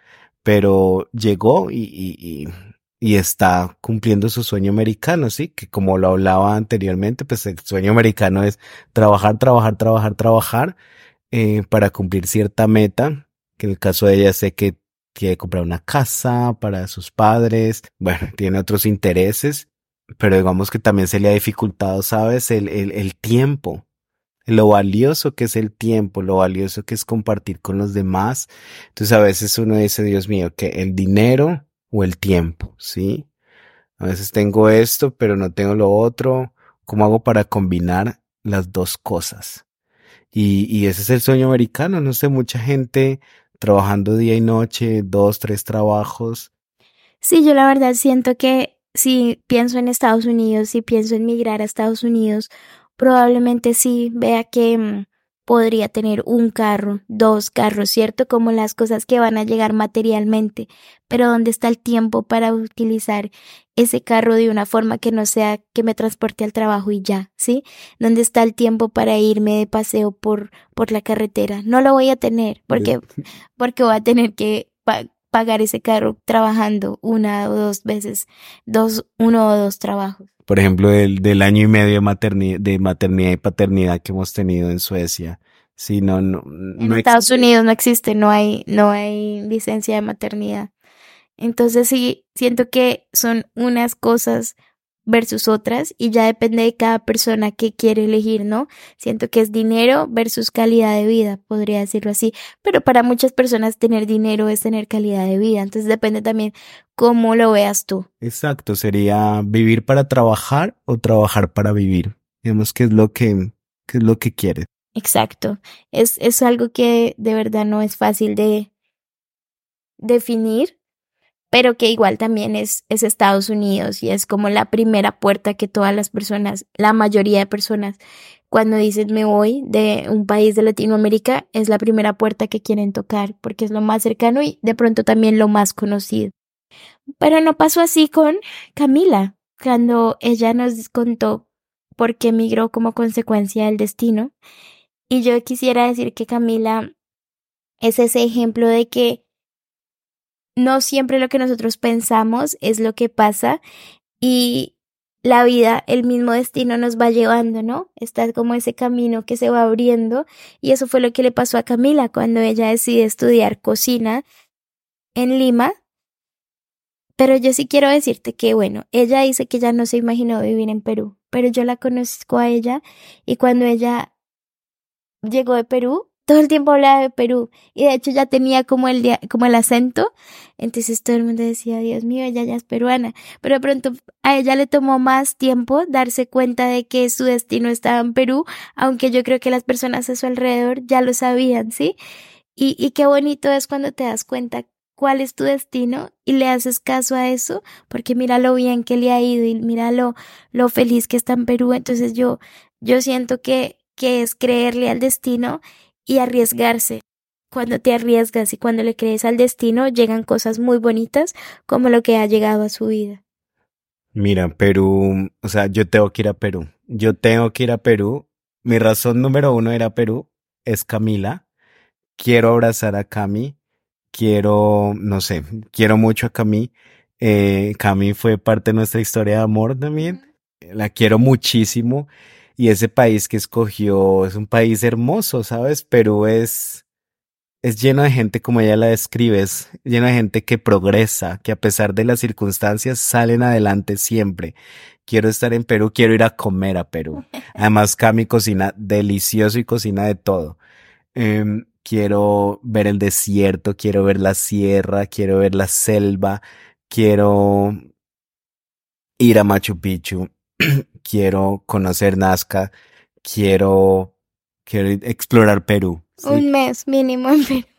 pero llegó y, y, y, y está cumpliendo su sueño americano, sí, que como lo hablaba anteriormente, pues el sueño americano es trabajar, trabajar, trabajar, trabajar, eh, para cumplir cierta meta, que en el caso de ella sé que quiere comprar una casa para sus padres, bueno, tiene otros intereses, pero digamos que también se le ha dificultado, ¿sabes? El, el, el tiempo, lo valioso que es el tiempo, lo valioso que es compartir con los demás. Entonces a veces uno dice, Dios mío, que el dinero o el tiempo, ¿sí? A veces tengo esto, pero no tengo lo otro. ¿Cómo hago para combinar las dos cosas? Y, y ese es el sueño americano, no sé, mucha gente trabajando día y noche, dos, tres trabajos. Sí, yo la verdad siento que si pienso en Estados Unidos, si pienso en migrar a Estados Unidos, probablemente sí vea que mm, podría tener un carro, dos carros, ¿cierto? Como las cosas que van a llegar materialmente, pero ¿dónde está el tiempo para utilizar ese carro de una forma que no sea que me transporte al trabajo y ya, ¿sí? ¿Dónde está el tiempo para irme de paseo por, por la carretera? No lo voy a tener porque, porque voy a tener que pa- pagar ese carro trabajando una o dos veces, dos, uno o dos trabajos. Por ejemplo, del, del año y medio de maternidad, de maternidad y paternidad que hemos tenido en Suecia. Sí, no, no, En no Estados existe. Unidos no existe, no hay, no hay licencia de maternidad. Entonces sí, siento que son unas cosas versus otras y ya depende de cada persona que quiere elegir, ¿no? Siento que es dinero versus calidad de vida, podría decirlo así, pero para muchas personas tener dinero es tener calidad de vida, entonces depende también cómo lo veas tú. Exacto, sería vivir para trabajar o trabajar para vivir. Digamos que es lo que, que es lo que quieres. Exacto, es, es algo que de verdad no es fácil de definir, pero que igual también es, es Estados Unidos y es como la primera puerta que todas las personas, la mayoría de personas, cuando dicen me voy de un país de Latinoamérica, es la primera puerta que quieren tocar porque es lo más cercano y de pronto también lo más conocido. Pero no pasó así con Camila, cuando ella nos contó por qué emigró como consecuencia del destino. Y yo quisiera decir que Camila es ese ejemplo de que no siempre lo que nosotros pensamos es lo que pasa y la vida, el mismo destino nos va llevando, ¿no? Está como ese camino que se va abriendo y eso fue lo que le pasó a Camila cuando ella decide estudiar cocina en Lima. Pero yo sí quiero decirte que, bueno, ella dice que ya no se imaginó vivir en Perú. pero yo la conozco a ella y cuando ella llegó de Perú, todo el tiempo hablaba de Perú y de hecho ya tenía como el, dia- como el acento, entonces todo el mundo decía, Dios mío, ella ya es peruana, pero de pronto a ella le tomó más tiempo darse cuenta de que su destino estaba en Perú, aunque yo creo que las personas a su alrededor ya lo sabían, ¿sí? Y, y qué bonito es cuando te das cuenta cuál es tu destino y le haces caso a eso, porque mira lo bien que le ha ido y mira lo, lo feliz que está en Perú. Entonces yo, yo siento que, que es creerle al destino y arriesgarse. Cuando te arriesgas y cuando le crees al destino, llegan cosas muy bonitas como lo que ha llegado a su vida. Mira, Perú, o sea, yo tengo que ir a Perú. Yo tengo que ir a Perú. Mi razón número uno de ir a Perú es Camila. Quiero abrazar a Cami. Quiero, no sé, quiero mucho a Cami. Eh, Cami fue parte de nuestra historia de amor también. La quiero muchísimo. Y ese país que escogió es un país hermoso, ¿sabes? Perú es, es lleno de gente como ella la describe, es lleno de gente que progresa, que a pesar de las circunstancias salen adelante siempre. Quiero estar en Perú, quiero ir a comer a Perú. Además, Cami cocina delicioso y cocina de todo. Em, quiero ver el desierto, quiero ver la sierra, quiero ver la selva, quiero ir a Machu Picchu, quiero conocer Nazca, quiero, quiero ir- explorar Perú, ¿sí? Un mes mínimo en Perú.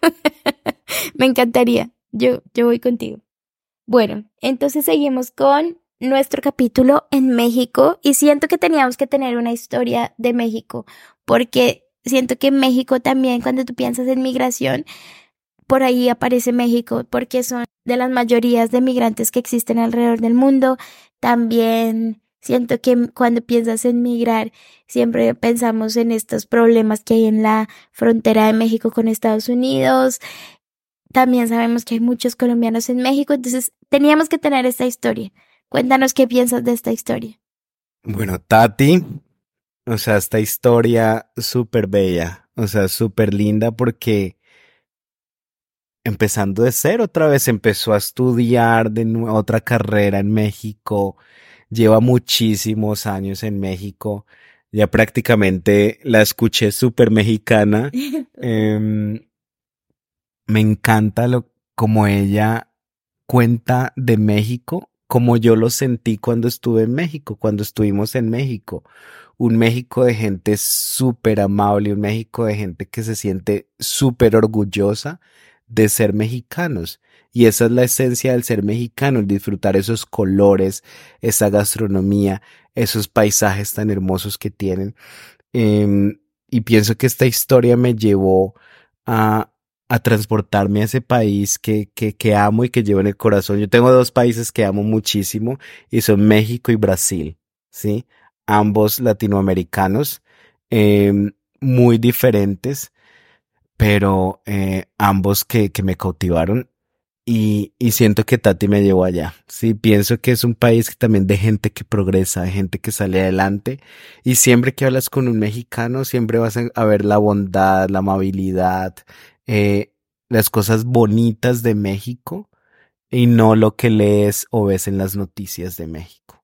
Me encantaría. Yo, yo voy contigo. Bueno, entonces seguimos con nuestro capítulo en México y siento que teníamos que tener una historia de México porque siento que en México también cuando tú piensas en migración, por ahí aparece México porque son de las mayorías de migrantes que existen alrededor del mundo. También siento que cuando piensas en migrar, siempre pensamos en estos problemas que hay en la frontera de México con Estados Unidos. También sabemos que hay muchos colombianos en México, entonces teníamos que tener esta historia. Cuéntanos qué piensas de esta historia. Bueno, Tati, o sea, esta historia súper bella, o sea, súper linda porque empezando de cero otra vez empezó a estudiar de nue- otra carrera en México, lleva muchísimos años en México, ya prácticamente la escuché súper mexicana. Em, Me encanta lo como ella cuenta de México, como yo lo sentí cuando estuve en México, cuando estuvimos en México. Un México de gente súper amable, un México de gente que se siente súper orgullosa de ser mexicanos. Y esa es la esencia del ser mexicano, el disfrutar esos colores, esa gastronomía, esos paisajes tan hermosos que tienen. Em, y pienso que esta historia me llevó a, a transportarme a ese país que, que, que amo y que llevo en el corazón. Yo tengo dos países que amo muchísimo y son México y Brasil, ¿sí? Ambos latinoamericanos, em, muy diferentes, pero eh, ambos que, que me cautivaron y, y siento que Tati me llevó allá. Sí, pienso que es un país que también de gente que progresa, de gente que sale adelante. Y siempre que hablas con un mexicano, siempre vas a a ver la bondad, la amabilidad, eh, las cosas bonitas de México y no lo que lees o ves en las noticias de México.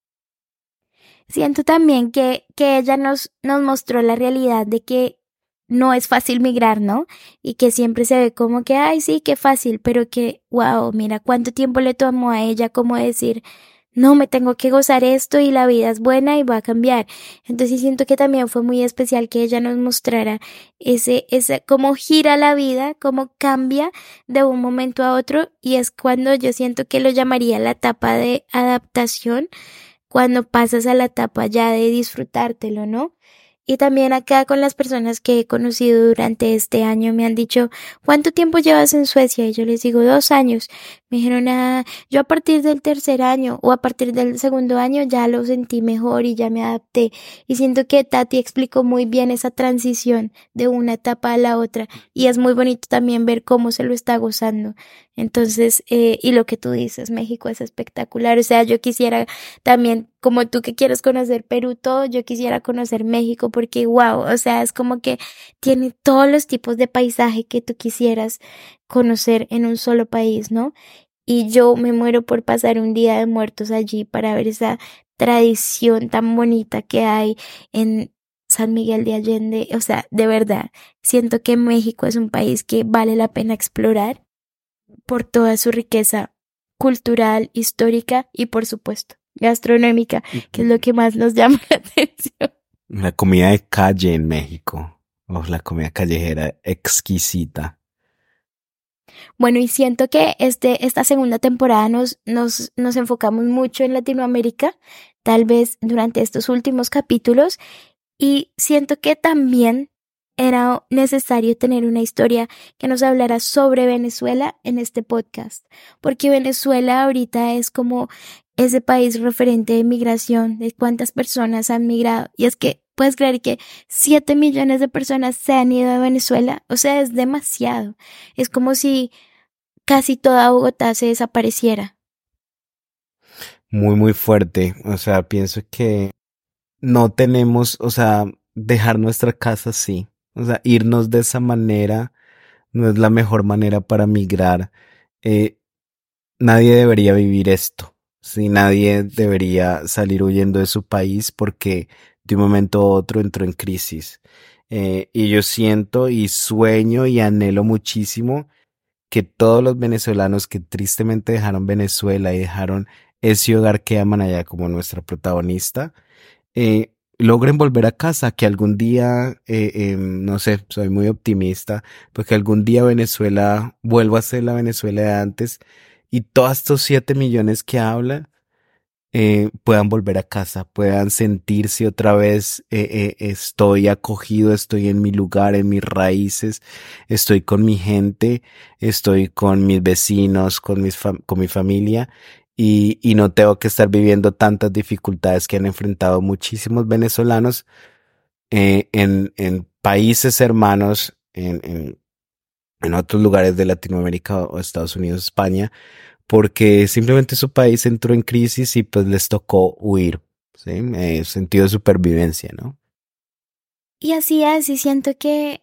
Siento también que, que ella nos, nos mostró la realidad de que no es fácil migrar, ¿no? Y que siempre se ve como que, ay, sí, qué fácil, pero que, wow, mira cuánto tiempo le tomó a ella como decir, no, me tengo que gozar esto y la vida es buena y va a cambiar. Entonces siento que también fue muy especial que ella nos mostrara ese, ese, cómo gira la vida, cómo cambia de un momento a otro y es cuando yo siento que lo llamaría la etapa de adaptación cuando pasas a la etapa ya de disfrutártelo, ¿no? Y también acá con las personas que he conocido durante este año me han dicho, ¿cuánto tiempo llevas en Suecia? Y yo les digo, dos años. Me dijeron, ah, yo a partir del tercer año o a partir del segundo año ya lo sentí mejor y ya me adapté. Y siento que Tati explicó muy bien esa transición de una etapa a la otra. Y es muy bonito también ver cómo se lo está gozando. Entonces, eh, y lo que tú dices, México es espectacular. O sea, yo quisiera también, como tú que quieres conocer Perú todo, yo quisiera conocer México porque wow, o sea, es como que tiene todos los tipos de paisaje que tú quisieras conocer en un solo país, ¿no? y yo me muero por pasar un día de muertos allí para ver esa tradición tan bonita que hay en San Miguel de Allende. O sea, de verdad, siento que México es un país que vale la pena explorar por toda su riqueza cultural, histórica y, por supuesto, gastronómica, que es lo que más nos llama la atención. La comida de calle en México, o la comida callejera exquisita. Bueno, y siento que este, esta segunda temporada nos, nos, nos enfocamos mucho en Latinoamérica, tal vez durante estos últimos capítulos, y siento que también era necesario tener una historia que nos hablara sobre Venezuela en este podcast, porque Venezuela ahorita es como ese país referente de migración, de cuántas personas han migrado, y es que puedes creer que siete millones de personas se han ido a Venezuela. O sea, es demasiado. Es como si casi toda Bogotá se desapareciera. Muy, muy fuerte. O sea, pienso que no tenemos, o sea, dejar nuestra casa así. O sea, irnos de esa manera no es la mejor manera para migrar. Eh, Nadie debería vivir esto. Sí, nadie debería salir huyendo de su país porque de un momento a otro entró en crisis. Eh, y yo siento y sueño y anhelo muchísimo que todos los venezolanos que tristemente dejaron Venezuela y dejaron ese hogar que aman allá como nuestra protagonista, eh, logren volver a casa, que algún día, eh, eh, no sé, soy muy optimista, pues que algún día Venezuela vuelva a ser la Venezuela de antes y todos estos siete millones que hablan eh, puedan volver a casa, puedan sentirse otra vez, eh, eh, estoy acogido, estoy en mi lugar, en mis raíces, estoy con mi gente, estoy con mis vecinos, con mis fam- con mi familia y, y no tengo que estar viviendo tantas dificultades que han enfrentado muchísimos venezolanos eh, en, en países hermanos, en, en, en otros lugares de Latinoamérica o Estados Unidos, España, porque simplemente su país entró en crisis y pues les tocó huir, ¿sí? Eh, sentido de supervivencia, ¿no? Y así es, y siento que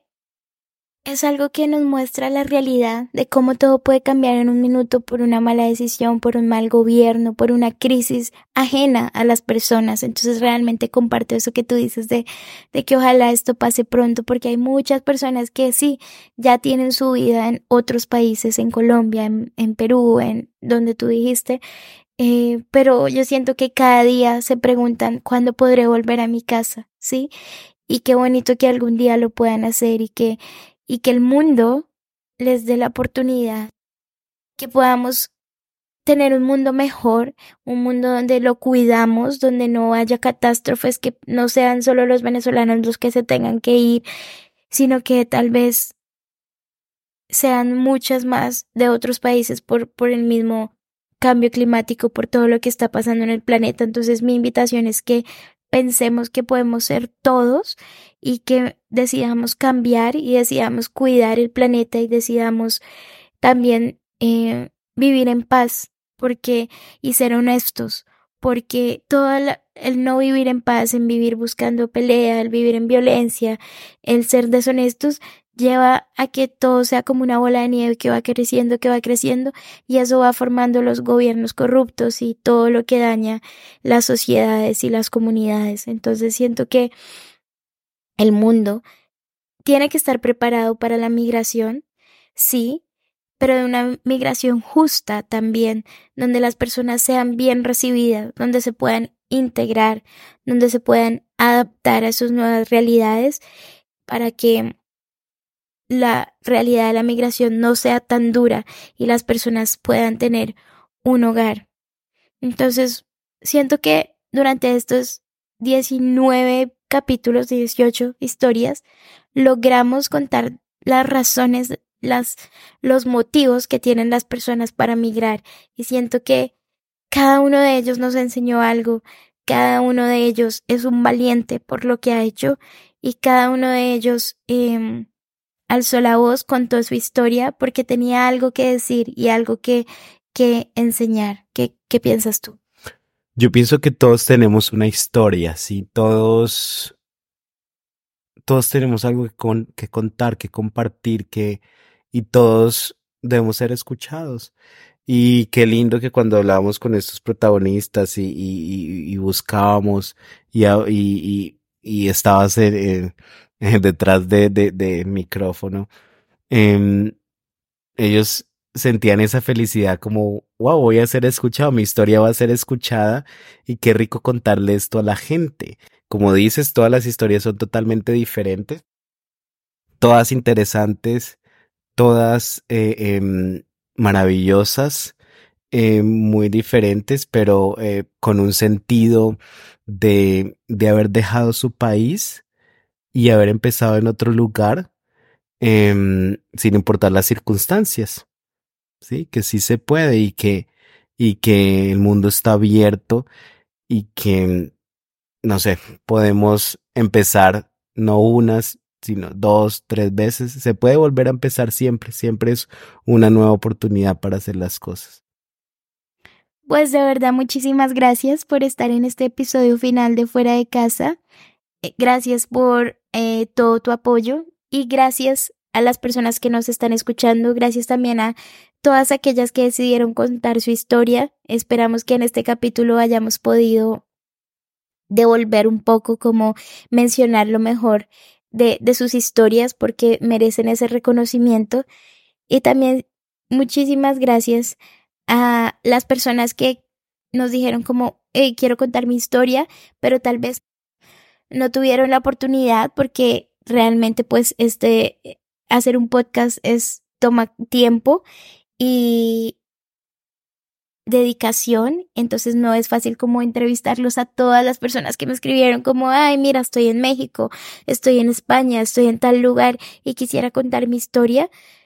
es algo que nos muestra la realidad de cómo todo puede cambiar en un minuto por una mala decisión, por un mal gobierno, por una crisis ajena a las personas. Entonces realmente comparto eso que tú dices de, de que ojalá esto pase pronto, porque hay muchas personas que sí, ya tienen su vida en otros países, en Colombia, en, en Perú, en donde tú dijiste, eh, pero yo siento que cada día se preguntan cuándo podré volver a mi casa, ¿sí? Y qué bonito que algún día lo puedan hacer y que y que el mundo les dé la oportunidad, que podamos tener un mundo mejor, un mundo donde lo cuidamos, donde no haya catástrofes, que no sean solo los venezolanos los que se tengan que ir, sino que tal vez sean muchas más de otros países por, por el mismo cambio climático, por todo lo que está pasando en el planeta. Entonces mi invitación es que pensemos que podemos ser todos y que decidamos cambiar y decidamos cuidar el planeta y decidamos también eh, vivir en paz, porque y ser honestos, porque todo la, el no vivir en paz, en vivir buscando pelea, el vivir en violencia, el ser deshonestos, lleva a que todo sea como una bola de nieve que va creciendo, que va creciendo, y eso va formando los gobiernos corruptos y todo lo que daña las sociedades y las comunidades. Entonces siento que el mundo tiene que estar preparado para la migración, sí, pero de una migración justa también, donde las personas sean bien recibidas, donde se puedan integrar, donde se puedan adaptar a sus nuevas realidades para que la realidad de la migración no sea tan dura y las personas puedan tener un hogar. Entonces, siento que durante estos diecinueve capítulos, dieciocho historias, logramos contar las razones, las, los motivos que tienen las personas para migrar. Y siento que cada uno de ellos nos enseñó algo, cada uno de ellos es un valiente por lo que ha hecho y cada uno de ellos eh, alzó la voz, contó su historia porque tenía algo que decir y algo que, que enseñar. ¿Qué, qué piensas tú? Yo pienso que todos tenemos una historia, sí, todos, todos tenemos algo que, con, que contar, que compartir, que, y todos debemos ser escuchados. Y qué lindo que cuando hablábamos con estos protagonistas y, y, y, y buscábamos y, a- y, y, y estabas en- en- en detrás de, de, de micrófono, em, ellos sentían esa felicidad como, wow, voy a ser escuchado, mi historia va a ser escuchada y qué rico contarle esto a la gente. Como dices, todas las historias son totalmente diferentes, todas interesantes, todas eh, em, maravillosas, eh, muy diferentes, pero eh, con un sentido de, de haber dejado su país y haber empezado en otro lugar, em, sin importar las circunstancias, ¿sí? Que sí se puede y que, y que el mundo está abierto y que, no sé, podemos empezar no unas, sino dos, tres veces. Se puede volver a empezar siempre, siempre es una nueva oportunidad para hacer las cosas. Pues de verdad, muchísimas gracias por estar en este episodio final de Fuera de Casa. Eh, Gracias por eh, todo tu apoyo y gracias a las personas que nos están escuchando. Gracias también a todas aquellas que decidieron contar su historia. Esperamos que en este capítulo hayamos podido devolver un poco, como mencionar lo mejor de, de sus historias, porque merecen ese reconocimiento. Y también muchísimas gracias a las personas que nos dijeron como, hey, quiero contar mi historia, pero tal vez no tuvieron la oportunidad porque realmente pues este hacer un podcast es toma tiempo y dedicación, entonces no es fácil como entrevistarlos a todas las personas que me escribieron como, ay, mira, estoy en México, estoy en España, estoy en tal lugar y quisiera contar mi historia.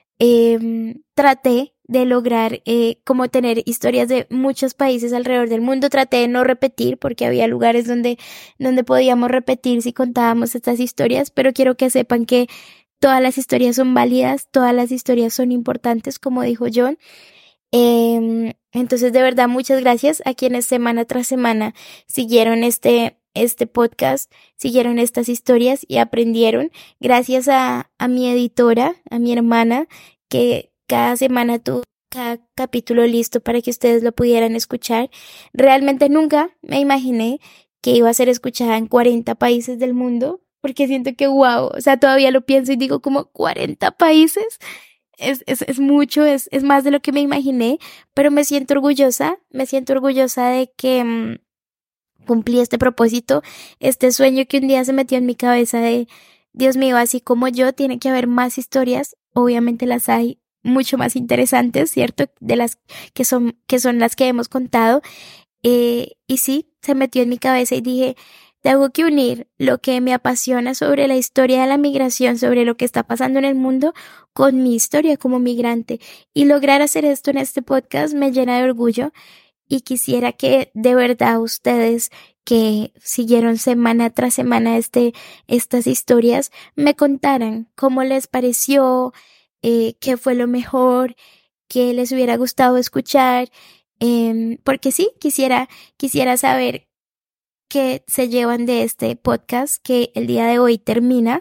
Eh, traté de lograr eh, como tener historias de muchos países alrededor del mundo. Traté de no repetir porque había lugares donde, donde podíamos repetir si contábamos estas historias, pero quiero que sepan que todas las historias son válidas, todas las historias son importantes, como dijo John. Eh, entonces, de verdad, muchas gracias a quienes semana tras semana siguieron este, este podcast, siguieron estas historias y aprendieron. Gracias a, a mi editora, a mi hermana, que cada semana tuvo cada capítulo listo para que ustedes lo pudieran escuchar. Realmente nunca me imaginé que iba a ser escuchada en cuarenta países del mundo, porque siento que wow, o sea, todavía lo pienso y digo como cuarenta países. Es, es, es mucho, es, es más de lo que me imaginé, pero me siento orgullosa, me siento orgullosa de que mmm, cumplí este propósito, este sueño que un día se metió en mi cabeza de, Dios mío, así como yo, tiene que haber más historias, obviamente las hay mucho más interesantes, ¿cierto? De las que son, que son las que hemos contado, eh, y sí, se metió en mi cabeza y dije, tengo que unir lo que me apasiona sobre la historia de la migración, sobre lo que está pasando en el mundo, con mi historia como migrante. Y lograr hacer esto en este podcast me llena de orgullo y quisiera que de verdad ustedes que siguieron semana tras semana este, estas historias me contaran cómo les pareció, eh, qué fue lo mejor, qué les hubiera gustado escuchar, eh, porque sí, quisiera, quisiera saber que se llevan de este podcast que el día de hoy termina,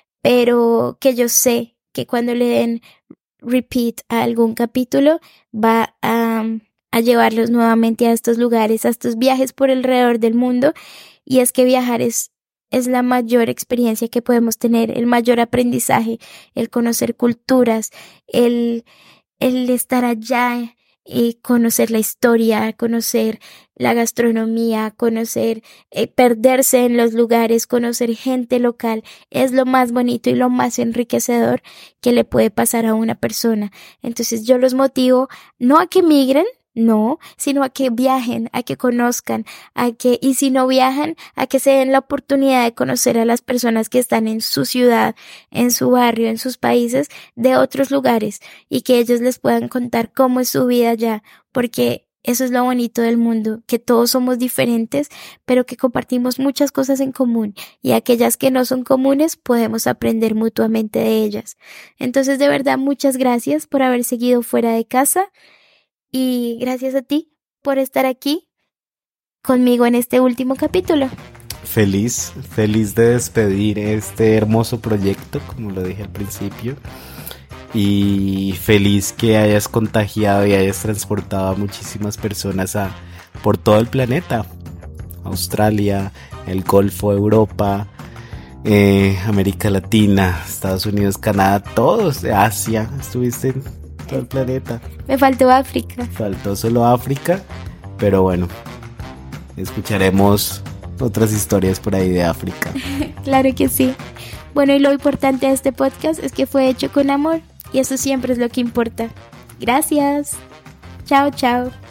pero que yo sé que cuando le den repeat a algún capítulo va a, a llevarlos nuevamente a estos lugares, a estos viajes por alrededor del mundo. Y es que viajar es, es la mayor experiencia que podemos tener, el mayor aprendizaje, el conocer culturas, el, el estar allá, y conocer la historia, conocer la gastronomía, conocer, eh, perderse en los lugares, conocer gente local, es lo más bonito y lo más enriquecedor que le puede pasar a una persona. Entonces yo los motivo no a que migren, no, sino a que viajen, a que conozcan, a que, y si no viajan, a que se den la oportunidad de conocer a las personas que están en su ciudad, en su barrio, en sus países, de otros lugares, y que ellos les puedan contar cómo es su vida allá, porque eso es lo bonito del mundo, que todos somos diferentes, pero que compartimos muchas cosas en común, y aquellas que no son comunes podemos aprender mutuamente de ellas. Entonces, de verdad, muchas gracias por haber seguido Fuera de Casa. Y gracias a ti por estar aquí conmigo en este último capítulo. Feliz, feliz de despedir este hermoso proyecto, como lo dije al principio. y feliz que hayas contagiado y hayas transportado a muchísimas personas a, por todo el planeta. Australia, el Golfo, Europa, eh, América Latina, Estados Unidos, Canadá, todos, Asia, estuviste en todo el planeta. Me faltó África. Faltó solo África, pero bueno, escucharemos otras historias por ahí de África. Claro que sí. Bueno, y lo importante de este podcast es que fue hecho con amor, y eso siempre es lo que importa. Gracias. Chao, chao.